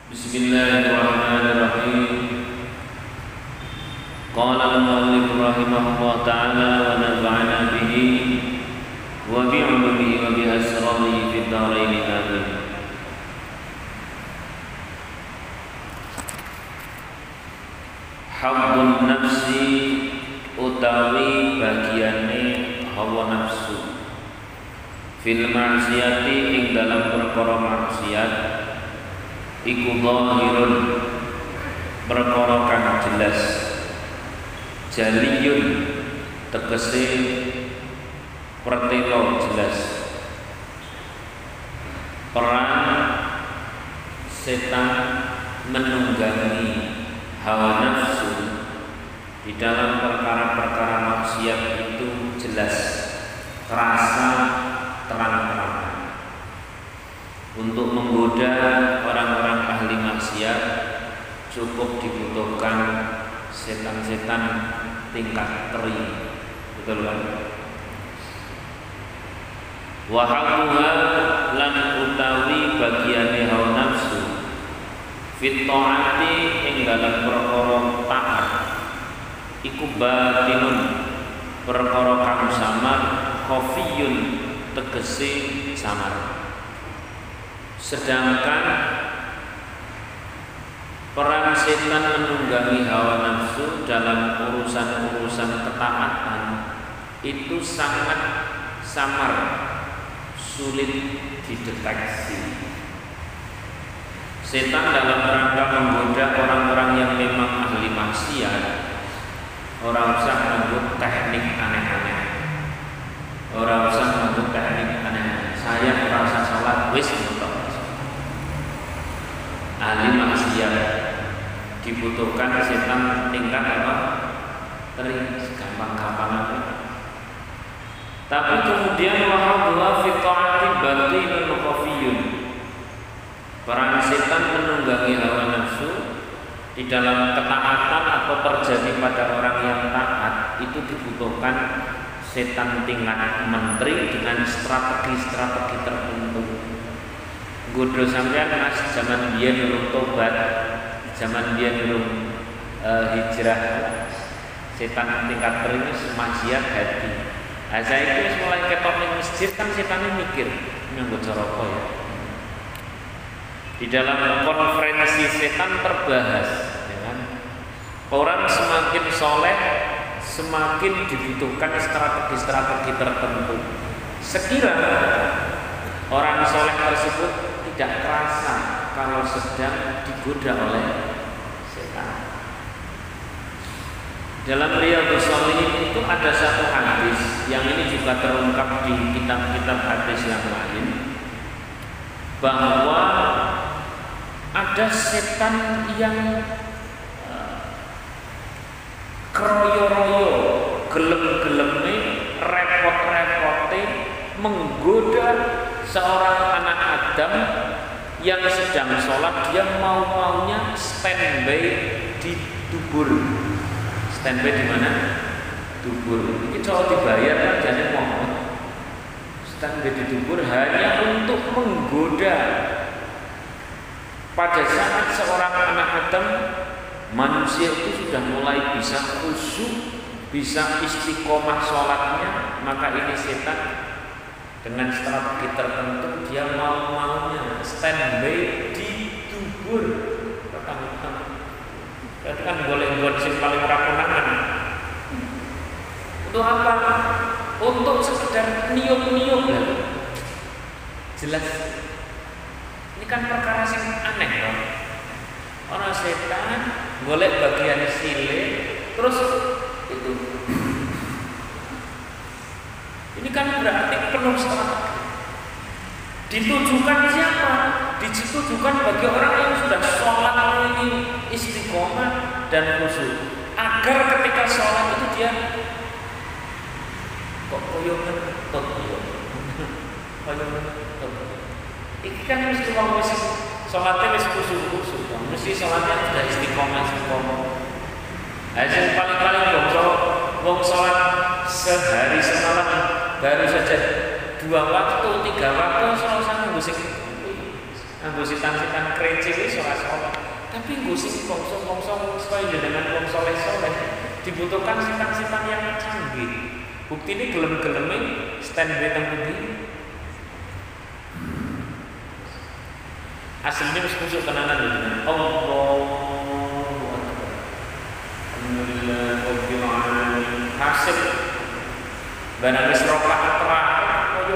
Bismillahirrahmanirrahim. Qala al-mu'allif rahimahullah ta'ala wa nafa'ana bihi wa bi'ulumihi wa bi asrarihi fid dharain amin. Haddun nafsi utawi bagiane hawa nafsu fil ma'siyati ing dalam perkara maksiat iku zahirun perkara kang jelas jaliyun tegese pertelo jelas peran setan menunggangi hawa nafsu di dalam perkara-perkara maksiat itu jelas terasa terang-terangan. Untuk menggoda orang-orang ahli maksiat cukup dibutuhkan setan-setan tingkat teri, betul kan? Wa haqquha lan utawi bagiane hawa nafsu fit ta'ati ing dalam perkara taat iku batinun perkara kang samar khafiyun tegese samar. Sedangkan peran setan menunggangi hawa nafsu dalam urusan-urusan ketaatan itu sangat samar, sulit dideteksi. Setan dalam rangka menggoda orang-orang yang memang ahli maksiat, orang usah menggunakan teknik aneh-aneh, orang usah menggunakan teknik aneh-aneh. Saya merasa sholat wis untuk ahli maksiat dibutuhkan setan tingkat apa? Teri, gampang-gampang. Tapi kemudian wahadullah fi ta'ati batinun khafiyun. Peran setan menunggangi hawa nafsu di dalam ketaatan atau terjadi pada orang yang taat itu dibutuhkan setan tingkat menteri dengan strategi-strategi tertentu. Godo sampean mas zaman biyen urung tobat, zaman biyen urung hijrah, setan tingkat teri maksiat hati. Saya itu mulai ketok ning masjid kan setannya mikir nyanggo cara apa ya. Di dalam konferensi setan terbahas, ya kan? Orang semakin soleh semakin dibutuhkan strategi-strategi tertentu. Sekiranya orang soleh tersebut tidak terasa kalau sedang digoda oleh setan. Dalam Riyadhus Shalihin itu ada satu hadis yang ini juga terungkap di kitab-kitab hadis yang lain, bahwa ada setan yang kroyo-royo, gelem-geleme, repot-repote menggoda seorang anak Adam yang sedang sholat. Dia mau-maunya standby di dubur. Standby di mana? Dubur. Ini kalau dibayar kan jadi mau. Standby di dubur hanya untuk menggoda. Pada saat seorang anak Adam, manusia itu sudah mulai bisa khusyuk, bisa istiqomah sholatnya, maka ini setan dengan strategi tertentu dia mau-maunya standby di dubur. Berarti kan boleh buat si paling rakunangan. Untuk apa? Untuk sekedar niup-niup lah. Jelas. Ini kan perkara yang aneh loh. Orang setan golek bagian sile terus itu. Ini kan berarti penuh strategi. Ditujukan siapa? Ditujukan bagi orang yang sudah sholat ini istiqomah dan khusyuk, agar ketika sholat itu dia kok koyongan tot koyongan tot. Ini kan mesti orang mesti sholatnya mesti khusyuk, mesti sholatnya sudah istiqomah. Hasil paling-paling wong sholat sehari semalam baru saja 2 waktu, 3 waktu selalu musik. Nganggo sitan-sitan krecil wis ora saleh. Tapi nggo sing bangsa-bangsa supaya dengan wong saleh-saleh dibutuhkan sitan-sitan yang canggih. Bukti ini gelem-geleme standby teng pundi? Aslinya wis kusuk tenanan lho. Allahu Akbar. Alhamdulillah rabbil alamin. Hasil barang wis rakaat terakhir koyo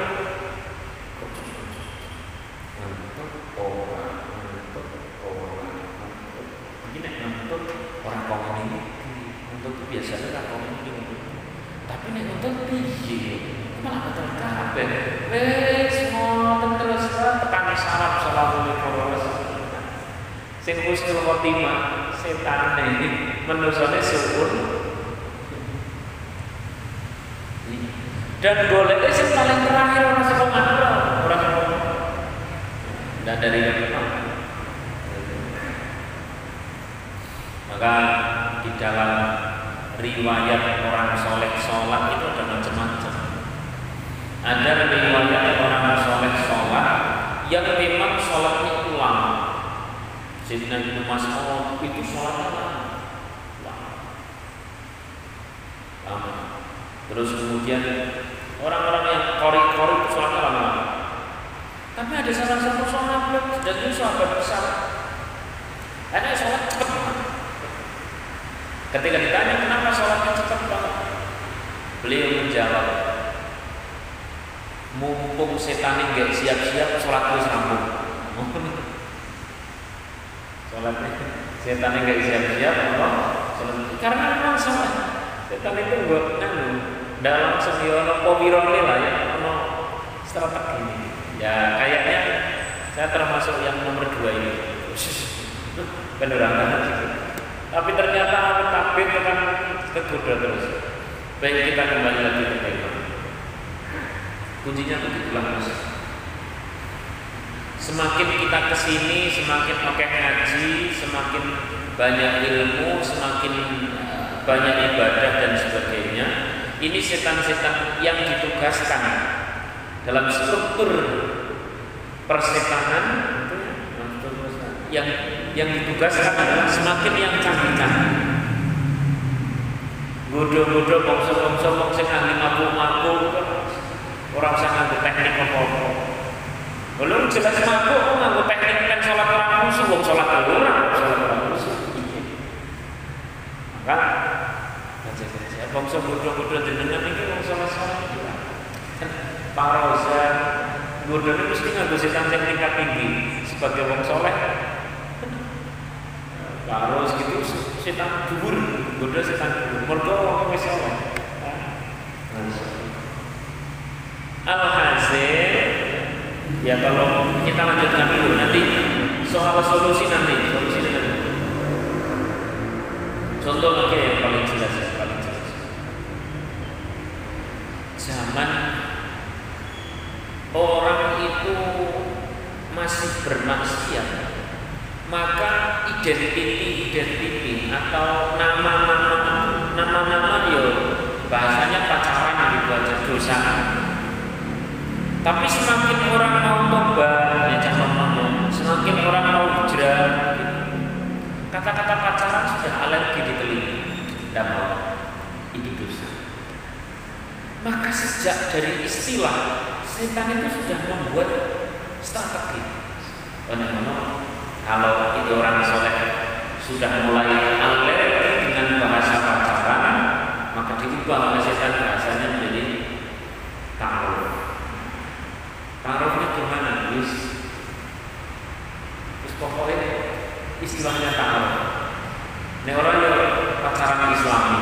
orang komen ini untuk biasanya orang komen ini, tapi nek untuk piye malah betul kabeh wis ngoten terus tekan sarap sallallahu wasallam sing husnul khotimah setane menusane syukur dan goleknya sing paling terakhir orang sing ngandel orang dan dari maka di dalam riwayat orang soleh sholat itu ada macam-macam. Ada riwayat orang soleh sholat yang memang sholatnya ulang. Sayyidina Ibnu Mas'ud itu sholatnya lama. Terus kemudian orang-orang yang qori-qori itu sholatnya lama. Tapi ada salah satu sahabat dan itu sahabat besar. Ada sholat cepat. Ketika ditanya kenapa sholatnya cepat banget, beliau menjawab, mumpung setan nggak siap-siap sholat terus rampung. Sholatnya setan nggak siap-siap, karena memang sholat setan itu nggak dalam semiono powirole lah ya, strategi ini. Ya kayaknya saya termasuk yang nomor 2 ini. Penerangan. Tapi ternyata takbir kan kegoda terus. Baik, kita kembali lagi ke tema. Kuncinya begitulah Mas. Semakin kita kesini, semakin pakai ngaji, semakin banyak ilmu, semakin banyak ibadah dan sebagainya. Ini setan-setan yang ditugaskan dalam struktur persetanan yang ditugaskan adalah semakin yang canggih-canggih. Bodoh-bodoh bangsa-bangsa sing ahli mabuk-mabuk orang usah nganggo teknik apa-apa. Belum jelas mabuk kok nganggo teknik kan salat ora khusyuk, wong salat ora khusyuk. Maka aja bangsa bodoh-bodoh jenengan iki wong salat-salat iki. Parosa bodoh mesti nganggo setan sing tingkat tinggi sebagai wong saleh. Harus gitu setan kubur, bodoh setan kubur. Mergo wong wis saleh. Alhasil ya kalau kita lanjutkan dulu nanti soal solusi nanti. Contoh lagi yang paling jelas. Zaman orang itu masih bermaksiat, maka identiti atau nama-nama yo bahasanya pacaran gitu aja dosa. Tapi semakin orang mau tobat, ya jangan semakin orang mau hijrah, kata-kata pacaran sudah alergi di telinga, tidak mau, itu dosa. Maka sejak dari istilah setan itu sudah membuat strategi. Kalau itu orang soleh sudah mulai alergi dengan bahasa pacaran, maka diubah oleh setan bahasanya menjadi ta'aruf. Ta'arufnya gimana? Terus pokoknya istilahnya ta'aruf. Ini orang yang pacaran Islami.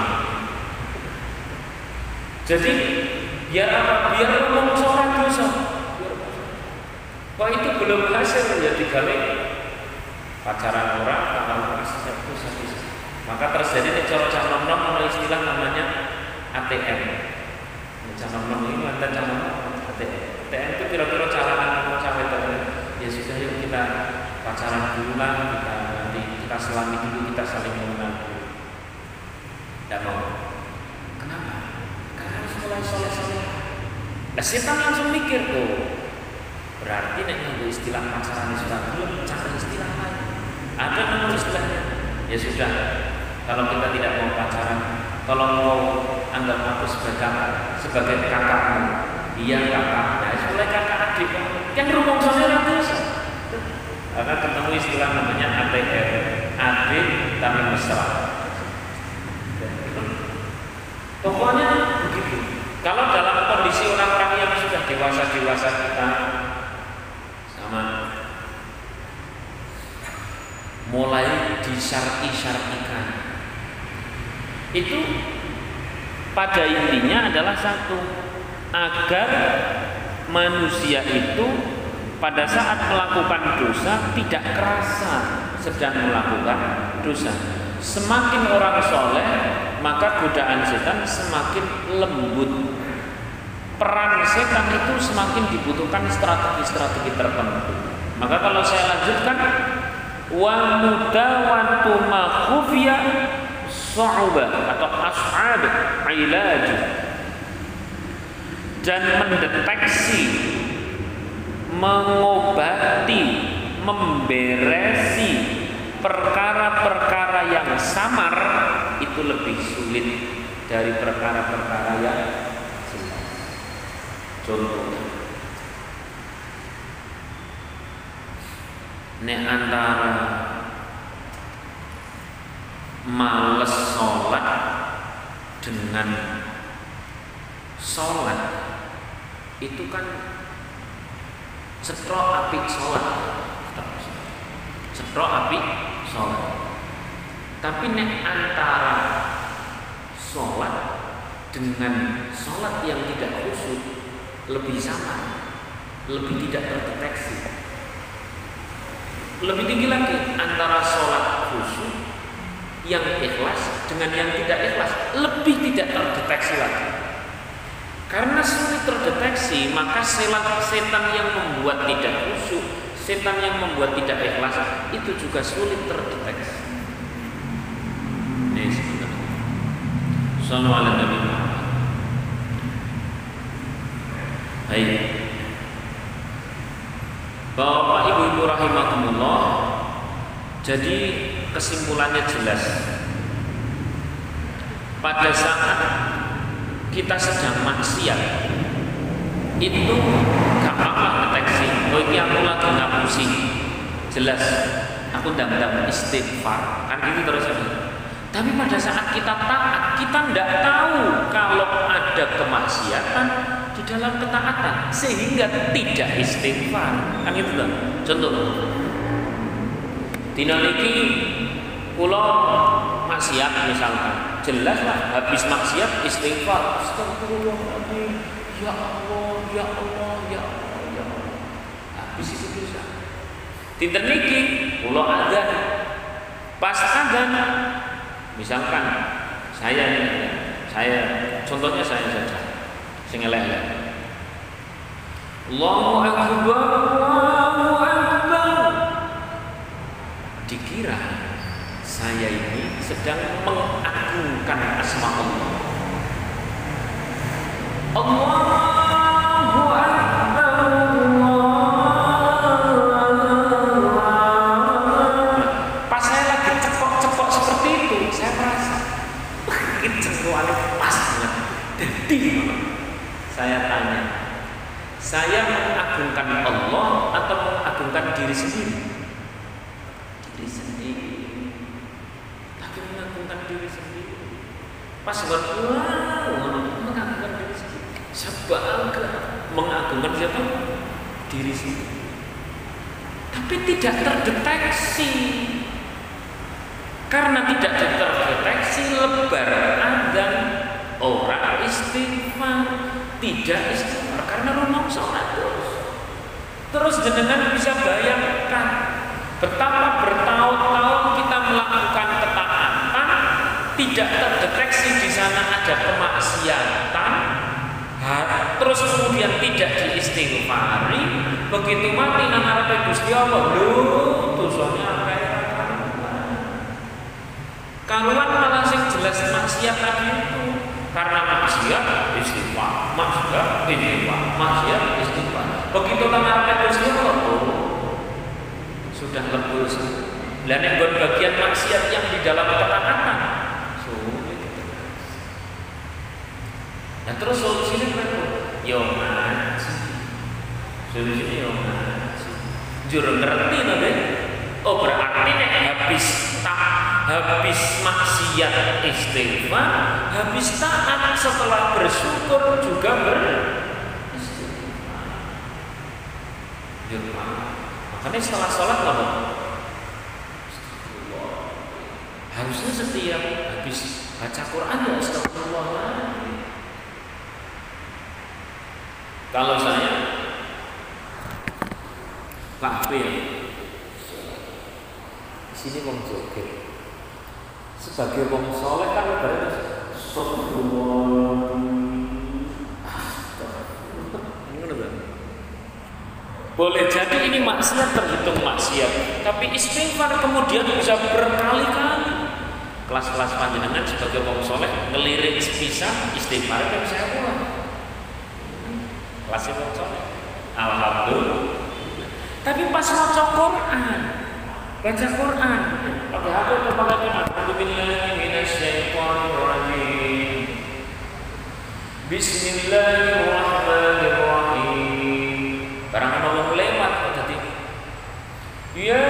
Jadi biar apa? Biar ngomong sholat dosa. Kok itu belum hasil ya digawe pacaran orang ta'aruf dosa. Maka terjadi nih cara nom-nom ada istilah namanya ATM. Nom-nom ini ada nom ATM. ATM itu kira-kira cara mau sampai ya sudah yuk kita pacaran dulu lah, kita selami dulu, kita saling mengenal dulu. Tidak mau. Kenapa? Karena harus mulai soleh-soleh. Nah setan langsung mikir tuh, Berarti nek nganggo istilah pacaran sudah belum, cari istilah lain. Ada nomor istilahnya. Ya sudah, kalau kita tidak mau pacaran, tolong mau anggap aku sebagai kakakmu. Iya kakak, nah mulai kakak adik yang rumong saudara bisa. Karena ketemu istilah namanya ATR, adik tapi mesra. Pokoknya begitu. Kalau dalam kondisi orang-orang yang sudah dewasa kita sama mulai disyar'i-syar'ikan, itu pada intinya adalah satu, agar manusia itu pada saat melakukan dosa tidak kerasa sedang melakukan dosa. Semakin orang soleh, maka godaan setan semakin lembut. Peran setan itu semakin dibutuhkan strategi-strategi tertentu. Maka kalau saya lanjutkan, wa mudawatu ma khufiya su'ubah atau ashab ilaj, dan mendeteksi, mengobati, memberesi perkara-perkara yang samar itu lebih sulit dari perkara-perkara yang jelas. Contohnya, nek antara males sholat dengan sholat itu kan cetrok apik sholat, cetrok apik sholat. Tapi nek antara sholat dengan sholat yang tidak khusyuk lebih sama, lebih tidak terdeteksi. Lebih tinggi lagi antara sholat khusyuk yang ikhlas dengan yang tidak ikhlas, lebih tidak terdeteksi lagi. Karena sulit terdeteksi, maka setan yang membuat tidak khusyuk, setan yang membuat tidak ikhlas itu juga sulit terdeteksi. Ini sebenarnya. Sallallahu alaihi wasallam. Baik. Bapak Ibu rahimakumullah, jadi kesimpulannya jelas. Pada saat kita sedang maksiat itu gampang deteksi. Oh ini aku lagi ngapusi, jelas aku ndang-ndang istighfar, kan gitu terus ya. Tapi pada saat kita taat, kita tidak tahu kalau ada kemaksiatan di dalam ketaatan, sehingga tidak istighfar, kan gitu kan. Contoh, dina niki kula maksiat misalkan, jelas lah habis maksiat istighfar, astagfirullahaladzim, ya Allah, ya Allah, ya Allah, ya Allah. Habis itu bisa. Dinten niki kula adzan, pas adzan misalkan saya contohnya saya saja sing elek-elek, Allahu akbar, Allahu akbar, dikira saya ini sedang mengagungkan asma Allah. Allahu akbar, pas saya lagi cepok-cepok seperti itu, saya merasa ini cengkuannya pas banget. Jadi saya tanya, saya mengagungkan Allah atau mengagungkan diri sendiri? Diri sendiri. Tapi mengagungkan diri sendiri. Pas mengagungkan diri sendiri. Saya bangga mengagungkan siapa? Diri sendiri. Tapi tidak terdeteksi. Karena tidak terdeteksi, lebar adzan, orang istighfar, tidak istighfar karena rumah sholat terus jenengan bisa bayangkan betapa bertahun-tahun kita melakukan ketaatan, tidak terdeteksi di sana ada kemaksiatan, terus kemudian tidak diistighfari, begitu mati nang arepe Gusti Allah, lho dosanya karuan malah sing jelas maksiat tadi itu. Karena maksiat istighfar, maksiat istighfar, maksiat istighfar. Begitu tangan Gusti Allah, sudah lebur. Lah nek bagian maksiat yang di dalam ketaatan sulit. Nah terus solusinya berapa? Yo ngaji. Solusinya yo ngaji. Jur ngerti to, Dek? Oh berarti nek habis maksiat istighfar, habis taat setelah bersyukur juga beristighfar. Makanya setelah sholat apa? Harusnya setiap habis baca Quran ya astagfirullah. Kalau saya Pak B di sini wong joget sebagai wong soleh kan berarti boleh jadi ini maksiat terhitung maksiat, tapi istighfar kemudian bisa berkali-kali. Kelas-kelas panjenengan sebagai wong soleh ngelirik sepisah istighfar kan saya buat. Kelasnya wong soleh. Alhamdulillah. Tapi pas baca Quran, pakai apa itu pakai Alhamdulillah minasyaitonirrajim. Bismillahirrahmanirrahim. Barang mau lewat kok tadi. Ya.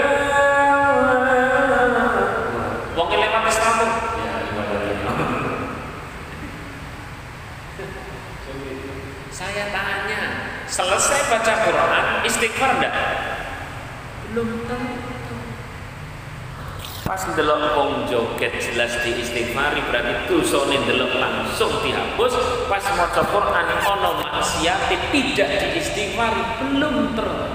Wong lewat wis rampung. Ya, saya tanya, selesai baca Quran, istighfar enggak? Belum tentu. Pas ndelok wong joget jelas diistighfari berarti dosane ndelok langsung dihapus. Pas maca Quran ana maksiat tidak diistighfari belum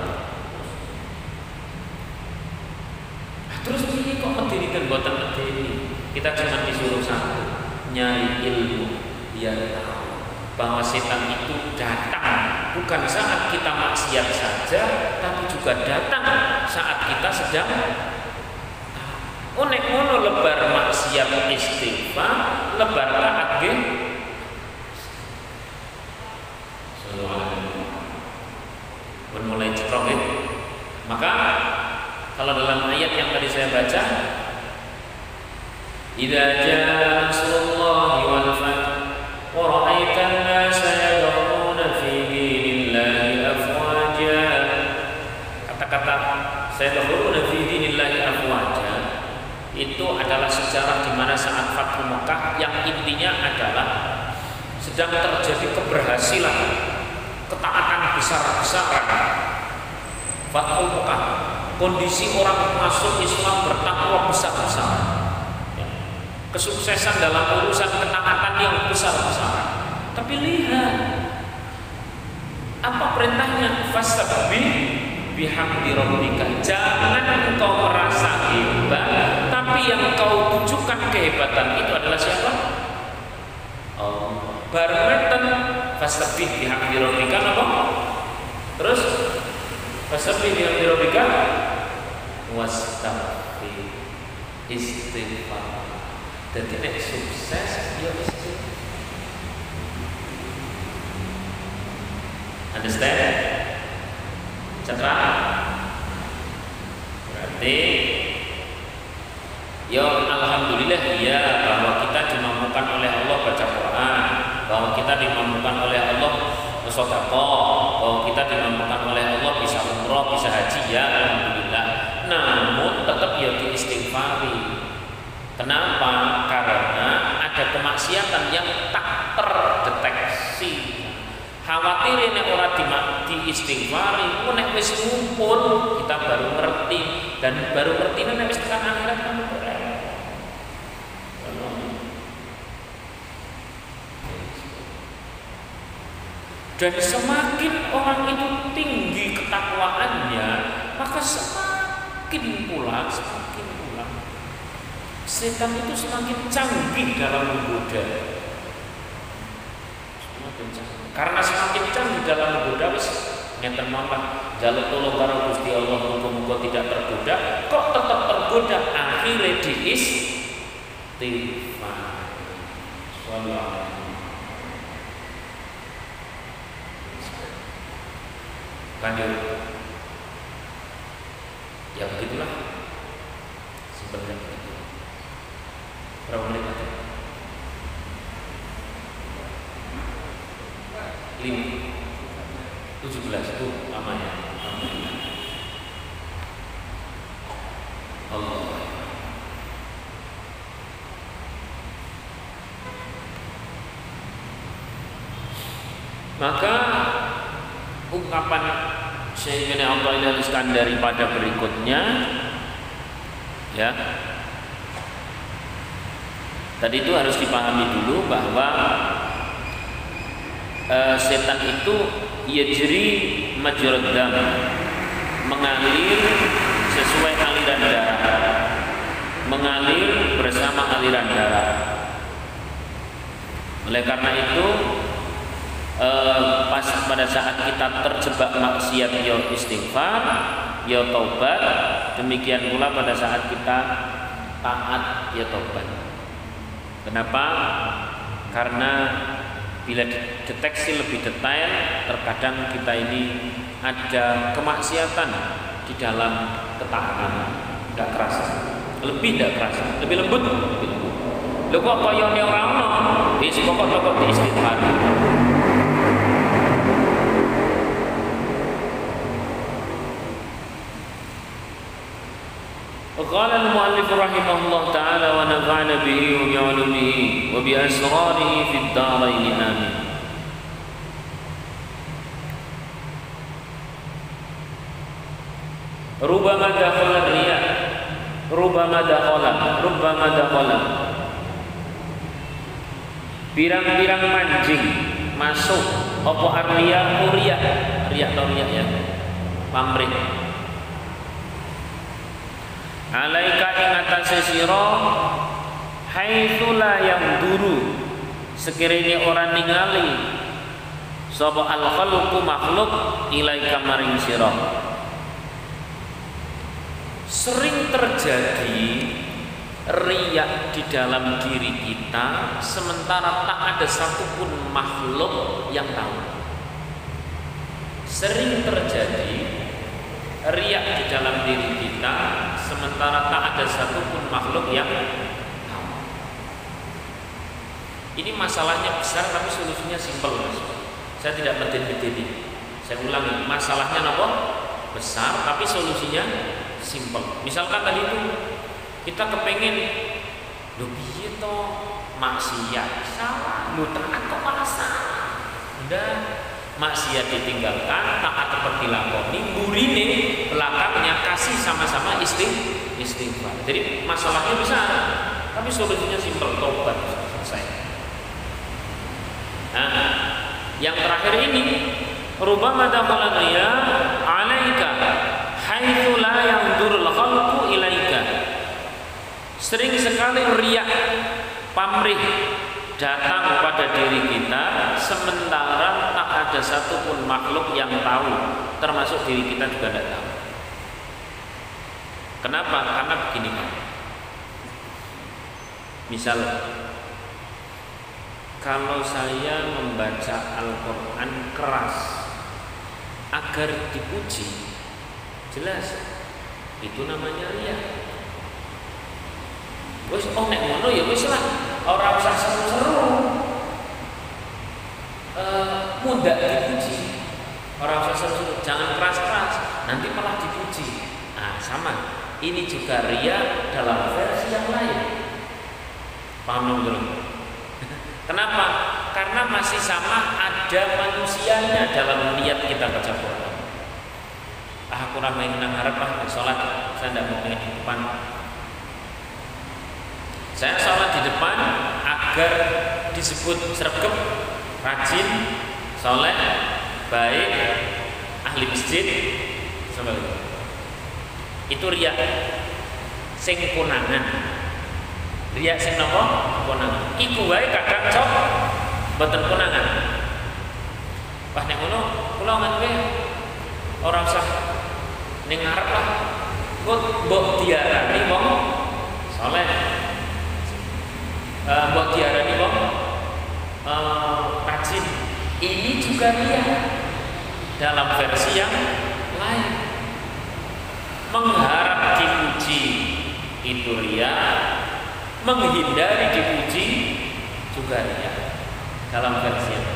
terus ini kok medenikan boten medeni. Kita cuma disuruh satu, nyari ilmu biar tahu bahwa setan itu datang bukan saat kita maksiat saja, tapi juga datang saat kita sedang nek ngono lebar maksiat istighfar, lebar taat nggih. Mulai cekrok ya. Maka kalau dalam ayat yang tadi saya baca, idza jaa nasrullahi wal fath wa ra'aitan nasa yadkhuluna fi dinillahi afwaja. Kata-kata sayadkhuluna fi dinillahi afwaja itu adalah sejarah di mana saat Fathu Mekah yang intinya adalah sedang terjadi keberhasilan, ketaatan besar-besaran. Fathu Mekah, kondisi orang masuk Islam bertakwa besar-besaran, kesuksesan dalam urusan ketaatan yang besar-besaran. Tapi lihat apa perintahnya, fastaghfir bihamdi rabbika. Jangan engkau merasa hebat, tapi yang kau tujukan kehebatan itu adalah siapa? Allah. Barmeten fastaghfir bihamdi rabbika apa? Terus fastaghfir bihamdi rabbika wastaghfir, istighfar. Jadi nek sukses ya istighfar. Understand? Cakap berarti ya alhamdulillah ya bahwa kita dimampukan oleh Allah baca Quran, bahwa kita dimampukan oleh Allah bersedekah, bahwa kita dimampukan oleh Allah bisa umroh, bisa haji, ya alhamdulillah. Namun tetap ya diistighfari. Kenapa? Karena ada kemaksiatan yang tak terdeteksi. Khawatir nek ora diistighfari, nek wis ngumpul kita baru ngerti, dan baru ngerti nek wis tekan akhirat kan repot. Dan semakin orang itu tinggi ketakwaannya, maka semakin pula setan itu semakin canggih dalam menggoda. Karena semakin canggih dalam menggoda, wis ngeten mawon jaluk tolong karo Gusti Allah muga-muga tidak tergoda, kok tetap tergoda, akhirnya diistighfar. Wallahu. Lanjut. Ya begitulah. Simpelnya begitu. Berapa menit lagi? 17 itu lamanya. Allah. Maka ungkapan Syekh Abdullah Al-Iskandari pada berikutnya, ya, tadi itu harus dipahami dulu bahwa setan itu yajri majrad dam, mengalir sesuai aliran darah, mengalir bersama aliran darah. Oleh karena itu pas pada saat kita terjebak maksiat ya istighfar, ya taubat, demikian pula pada saat kita taat ya taubat. Kenapa? Karena bila deteksi lebih detail, terkadang kita ini ada kemaksiatan di dalam ketaatan, tidak kerasa, lebih tidak kerasa, lebih lembut, lebih lembut. Lho kok koyone ora ono, wis pokok diistighfar. وقال المؤلف رحمه الله تعالى ونفعنا به وبعلومه وبأسراره في الدارين آمين. ربما دخل الرياء ربما دخل pirang-pirang mancing masuk apa arya muria riya ya pamrih alaika ingatase sira haitsu la yamduru sekiranya orang ningali sapa al khalqu makhluk ilaika maring sira. Sering terjadi riya di dalam diri kita sementara tak ada satupun makhluk yang tahu. Sering terjadi riya di dalam diri kita sementara tak ada satupun makhluk yang tahu. Ini masalahnya besar tapi solusinya simpel, Mas. Saya tidak medit-medit. Saya ulangi, masalahnya apa? Besar tapi solusinya simpel. Misalkan tadi itu kita kepengen lho piye to maksiat salah, lho taat kok malah salah. Udah maksiat ditinggalkan, taat tetap dilakoni, burine belakangnya kasih sama-sama istighfar. Jadi masalahnya besar, tapi solusinya simpel, tobat, selesai. Nah, yang terakhir ini rubama dakhala riya 'alaika haitsu la yanzurul khalqu ilaika. Sering sekali riya pamrih datang pada diri kita sementara tak ada satupun makhluk yang tahu, termasuk diri kita juga tidak tahu. Kenapa? Karena begini kan. Misal kalau saya membaca Al-Quran keras agar dipuji, jelas itu namanya riya. Wis nek ngono ya wis lah, ora usah seru-seru. Mudah dipuji. Ora usah seru-seru, jangan keras-keras, nanti malah dipuji. Nah, sama. Ini juga riya dalam versi yang lain. Paham belum? Kenapa? Karena masih sama ada manusianya dalam niat kita baca Quran. Aku ramai nang harap sholat, saya tidak mau pengen di depan. Saya sholat di depan agar disebut sregep, rajin, soleh, baik, ahli masjid, sebagainya. Itu riya sing konangan. Riya sing napa? Konangan. Iku wae kadang cok mboten konangan. Wah nek ngono kula ngene ora usah ning ngarep lah. Kok mbok diarani wong saleh. Mbok diarani wong rajin. Ini juga riya dalam versi yang lain. Mengharap dipuji itu ria, menghindari dipuji juga ria. Dalam versi yang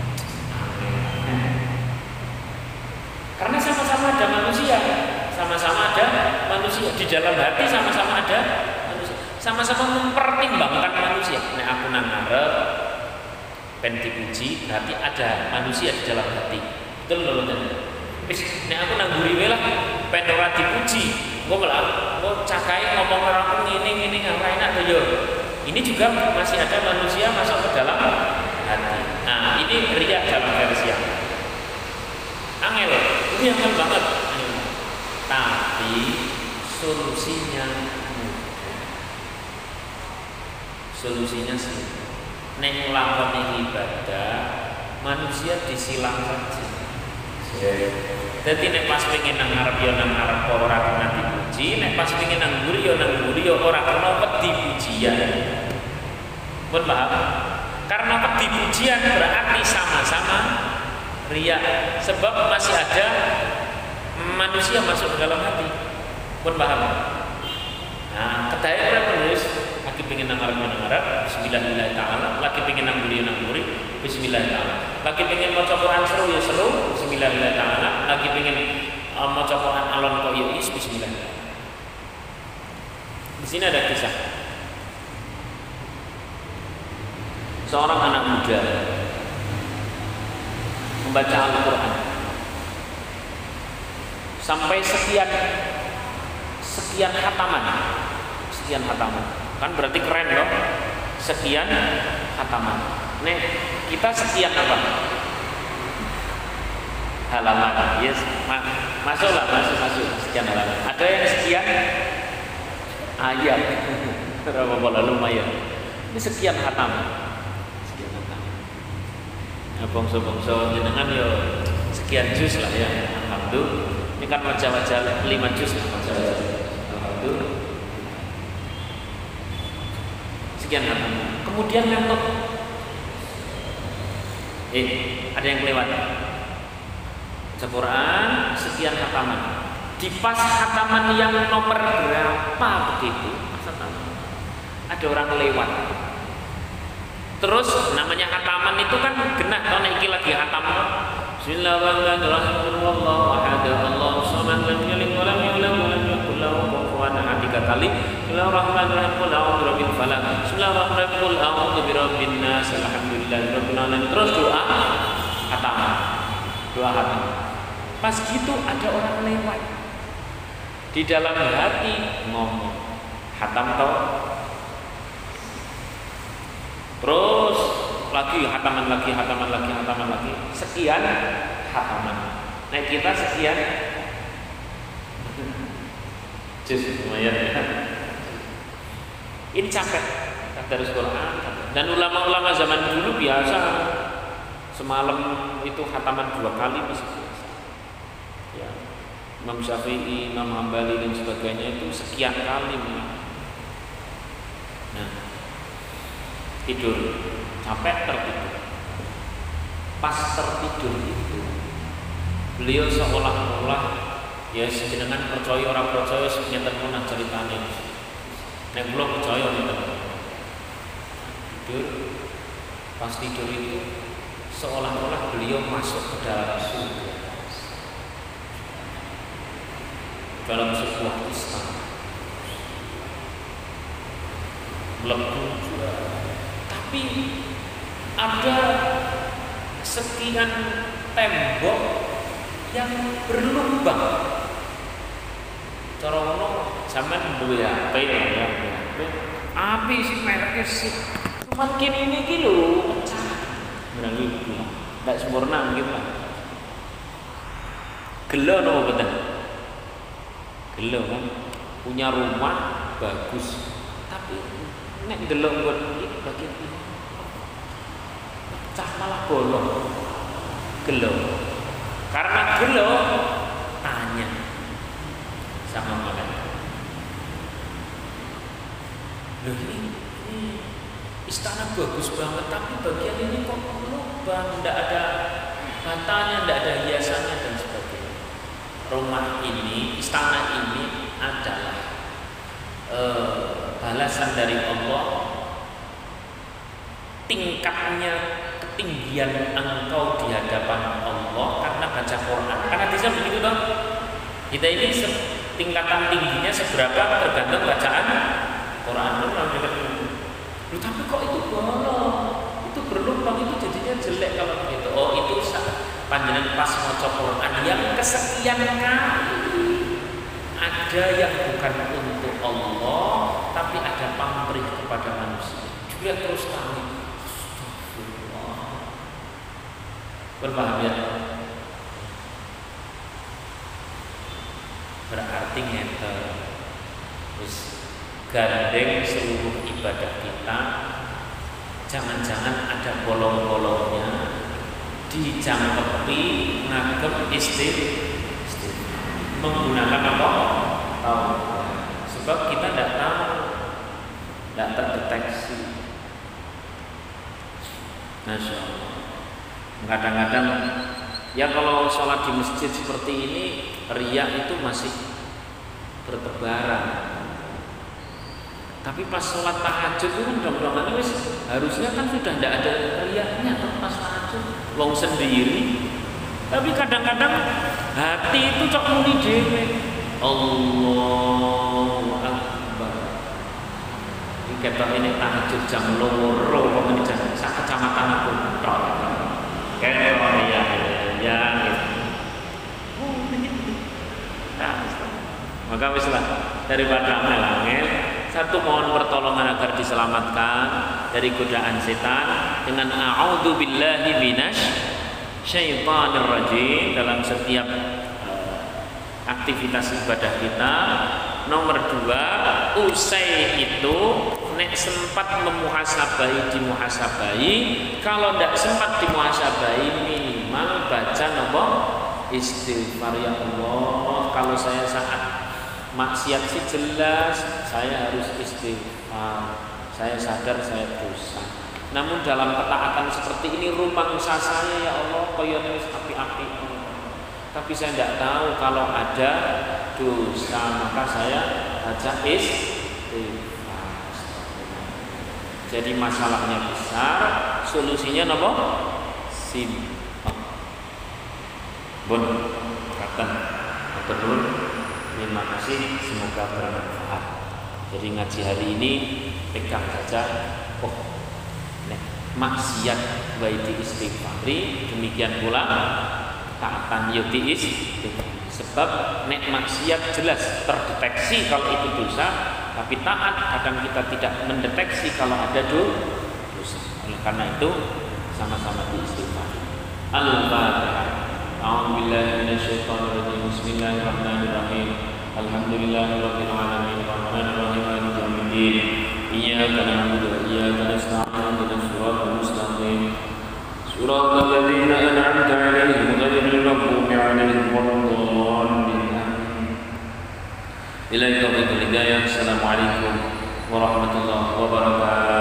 karena sama-sama ada manusia, sama-sama ada manusia di dalam hati, sama-sama ada manusia, sama-sama mempertimbangkan manusia. Nek aku nang ngarep ben dipuji, berarti ada manusia di dalam hati. Betul lho ten. Wis nek aku nang mburi lah ben ora dipuji, engko malah cakai ngomong karo aku ngene ora enak to yo. Ini juga masih ada manusia masuk ke dalam hati. Nah, ini riya dalam versi yang angel. Ini angel banget. Tapi solusinya solusinya sih nek nglakoni ibadah manusia disilang saja. Jadi nek pas pengen nang ngarep yo nang ngarep ora kena dipuji, nek pas pengen nang mburi yo nang mburi yo ora kena wedi pujian. Pun paham? Karena wedi pujian berarti sama-sama riya, sebab masih ada manusia masuk ke dalam hati. Pun paham? Nah, kedaya ora penulis lagi pengen nang ngarep bismillah taala, lagi pengen nang mburi bismillah taala. Lagi pengen maca Quran seru ya seru bismillah taala, lagi pengen maca Quran alon kok ya bismillah. Di sini ada kisah seorang anak muda membaca Al-Quran sampai sekian hataman, kan berarti keren loh, sekian hataman. Nih kita sekian apa? Halaman, yes, masuk sekian halaman. Ada yang sekian ayat, berapa bola lumayan. Ini sekian hataman. Nah, bongso jenengan yo sekian juz lah ya. Alhamdulillah. Ini kan wajah-wajah 5 juz lah wajah-wajah. Alhamdulillah. Sekian hataman. Kemudian ngantuk. Ada yang kelewat. Quran sekian hataman. Di pas hataman yang nomor berapa begitu? Ada orang lewat. Terus namanya hataman itu kan genah kalau iki lagi hatam. Bismillahirrahmanirrahim. Wallahu ahad. Allahu samad. Lam yalid wa lam yulad wa lam yakul lahu kufuwan ahad. 3 kali. Bismillahirrahmanirrahim. Qul a'udzu birabbil falaq. Bismillahirrahmanirrahim. Qul a'udzu birabbin nas. Alhamdulillahirabbil alamin. Terus doa hataman. Doa hataman. Pas gitu ada orang lewat. Di dalam hati ngomong hatam toh. Terus lagi hataman lagi, sekian hataman. Nah kita sekian juz lumayan ya. Ini capek tadarus Quran. Dan ulama-ulama zaman dulu biasa semalam itu hataman 2 kali bisa biasa. Ya. Imam Syafi'i, Imam Hambali dan sebagainya itu sekian kali. Nah, tidur, capek tertidur. Pas tertidur itu beliau seolah-olah ya jenengan percaya orang percaya senyata punah ceritanya. Nek kula percaya niku. Tidur, pas tidur itu seolah-olah beliau masuk ke dalam surga, dalam sebuah istana. Melebu tapi ada sekian tembok yang berlubang. Cara ngono sampean duwe HP ya. Api sih mereknya sih. Cuman kini ini iki lho pecah. Berani enggak sempurna gitu lah. Gelo no betul. Gelo kan punya rumah bagus. Tapi nek delok nggon iki bagian ini pecah malah bolong. Gelo. Karena gelo tanya sama malaikat. Loh ini istana bagus banget tapi bagian ini kok lubang, tidak ada batanya, tidak ada hiasannya dan sebagainya. rumah ini, istana ini adalah balasan dari Allah, tingkatnya ketinggian engkau di hadapan Allah karena baca Quran. Karena bisa begitu toh. Kita ini tingkatan tingginya seberapa tergantung bacaan Quran. Tapi kok itu bolong, itu berlubang, itu jadinya jelek kalau begitu. Oh, itu panjenengan pas maca Quran yang kesekian kali ada yang bukan untuk Allah, tapi ada pamrih kepada manusia. Juga terus kami, astagfirullah. Berpaham ya? Berarti ngenter. Terus gandeng seluruh ibadah kita. Jangan-jangan ada bolong-bolongnya, dijangkepi ngagem menggunakan apa? Tahu. Sebab kita tidak tahu, tidak terdeteksi. Masya Allah. Kadang-kadang ya kalau sholat di masjid seperti ini, riya itu masih bertebaran. Tapi pas sholat tahajud itu kan dong-dongannya harusnya kan sudah tidak ada riyanya pas tahajud, wong sendiri. Tapi kadang-kadang hati itu cok muni dhewe. Allahu Akbar. Iki ketok ini tahajud jam 2 pokoknya jam sak kecamatan aku tok. Kayak ya gitu. Maka wis lah daripada angel, satu mohon pertolongan agar diselamatkan dari godaan setan dengan a'udzu billahi minasy syaitanir rajim dalam setiap aktivitas ibadah kita. Nomor 2, usai itu nek sempat memuhasabai dimuhasabai, kalau tidak sempat dimuhasabai minimal baca napa istighfar. Ya Allah, kalau saya saat maksiat sih jelas saya harus istighfar, saya sadar saya dosa. Namun dalam ketaatan seperti ini rumangsa saya ya Allah koyone wis api-api. Tapi saya tidak tahu kalau ada dosa, maka saya baca istighfar. Jadi masalahnya besar, solusinya napa? Simpel. Bun, kata betul. Terima kasih, semoga bermanfaat. Jadi ngaji hari ini pegang saja. Oh, maksiat baiti istighfari, demikian pula taatan yuti istighfar. Sebab nek maksiat jelas terdeteksi kalau itu dosa, tapi taat kadang kita tidak mendeteksi kalau ada dosa. Oleh karena itu sama-sama diistighfar. Al-Fatihah. A'udzubillahi minasyaitonirrajim. Bismillahirrahmanirrahim. Alhamdulillahirabbil alamin. Arrahmanir rahim. Maliki yaumiddin. Iyyaka na'budu wa iyyaka nasta'in. Ihdinas siratal mustaqim. Shiratal ladzina an'amta 'alaihim ghairil maghdubi 'alaihim waladdallin. Billahi taufiq wal hidayah. Assalamualaikum warahmatullahi wabarakatuh.